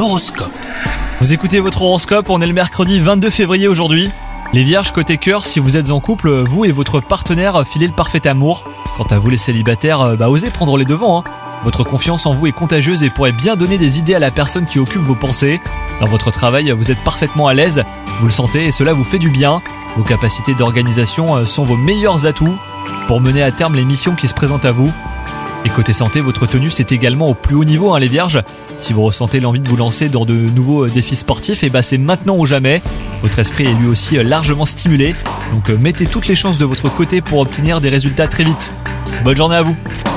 L'horoscope. Vous écoutez votre horoscope, on est le mercredi 22 février aujourd'hui. Les vierges, côté cœur, si vous êtes en couple, vous et votre partenaire filez le parfait amour. Quant à vous les célibataires, osez prendre les devants. Votre confiance en vous est contagieuse et pourrait bien donner des idées à la personne qui occupe vos pensées. Dans votre travail, vous êtes parfaitement à l'aise, vous le sentez et cela vous fait du bien. Vos capacités d'organisation sont vos meilleurs atouts pour mener à terme les missions qui se présentent à vous. Et côté santé, votre tenue c'est également au plus haut niveau, les vierges. Si vous ressentez l'envie de vous lancer dans de nouveaux défis sportifs, c'est maintenant ou jamais. Votre esprit est lui aussi largement stimulé, donc mettez toutes les chances de votre côté pour obtenir des résultats très vite. Bonne journée à vous.